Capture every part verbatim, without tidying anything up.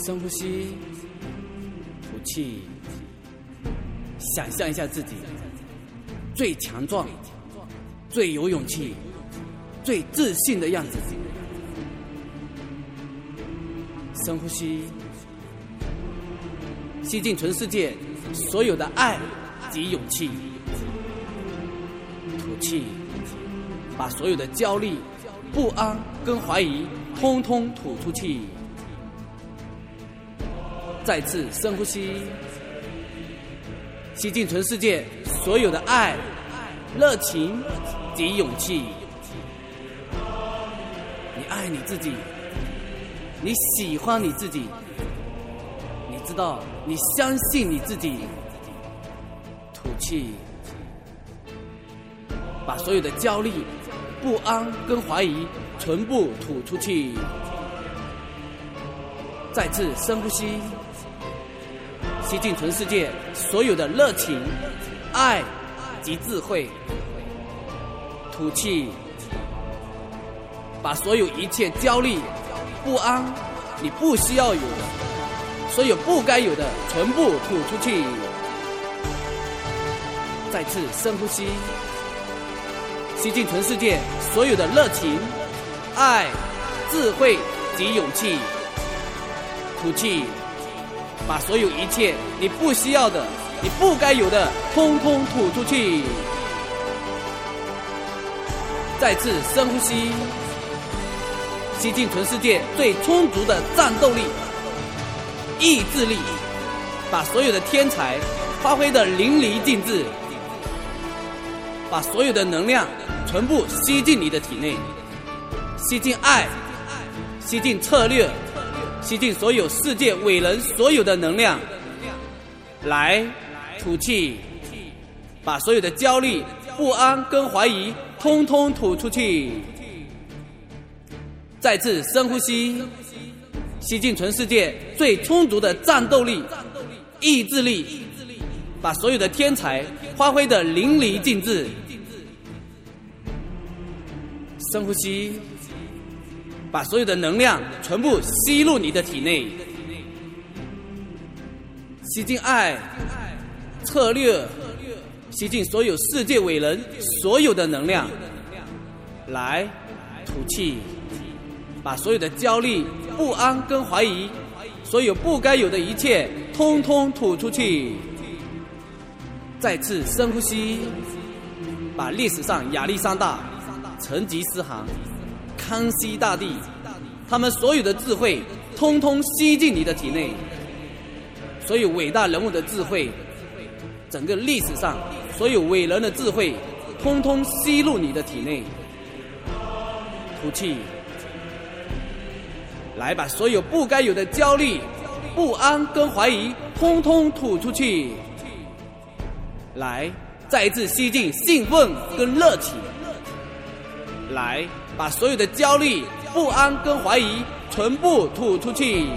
深呼吸，吐气，想象一下自己最强壮、最有勇气、最自信的样子。深呼吸，吸进全世界所有的爱及勇气。吐气，把所有的焦虑、不安跟怀疑通通吐出去。再次深呼吸，吸进全世界所有的爱、热情及勇气。你爱你自己，你喜欢你自己，你知道，你相信你自己。吐气，把所有的焦虑、不安跟怀疑全部吐出去。再次深呼吸，吸进全世界所有的热情、爱及智慧。吐气，把所有一切焦虑、不安，你不需要有的，所有不该有的全部吐出去。再次深呼吸，吸进全世界所有的热情、爱、智慧及勇气。吐气，把所有一切你不需要的、你不该有的通通吐出去。再次深呼吸，吸进全世界最充足的战斗力、意志力，把所有的天才发挥得淋漓尽致，把所有的能量全部吸进你的体内，吸进爱，吸进策略，吸进所有世界伟人所有的能量。来，吐气，把所有的焦虑、不安跟怀疑通通吐出去。再次深呼吸，吸进全世界最充足的战斗力、意志力，把所有的天才发挥得淋漓尽致。深呼吸，把所有的能量全部吸入你的体内，吸进爱、策略，吸进所有世界伟人所有的能量。来，吐气，把所有的焦虑、不安跟怀疑，所有不该有的一切通通吐出去。再次深呼吸，把历史上亚历山大、成吉思汗、康熙大帝他们所有的智慧通通吸进你的体内，所有伟大人物的智慧，整个历史上所有伟人的智慧通通吸入你的体内。吐气，来，把所有不该有的焦虑、不安跟怀疑通通吐出去。来，再一次吸进兴奋跟热情。来，把所有的焦虑、不安跟怀疑全部吐出去。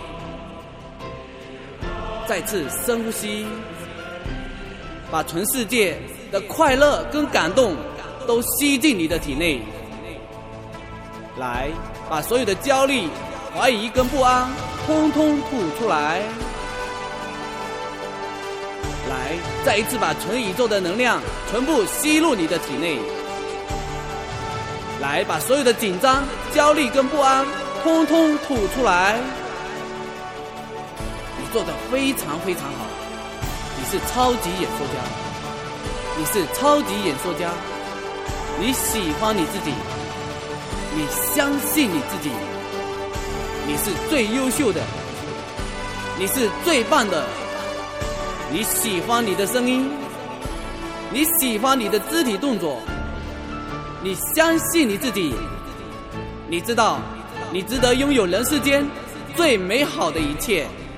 再次深呼吸，把全世界的快乐跟感动都吸进你的体内。来，把所有的焦虑、怀疑跟不安通通吐出来。来，再一次把全宇宙的能量全部吸入你的体内。来，把所有的紧张、焦虑跟不安通通吐出来。你做得非常非常好，你是超级演说家，你是超级演说家，你喜欢你自己，你相信你自己，你是最优秀的，你是最棒的，你喜欢你的声音，你喜欢你的肢体动作，你相信你自己，你知道你值得拥有人世间最美好的一切。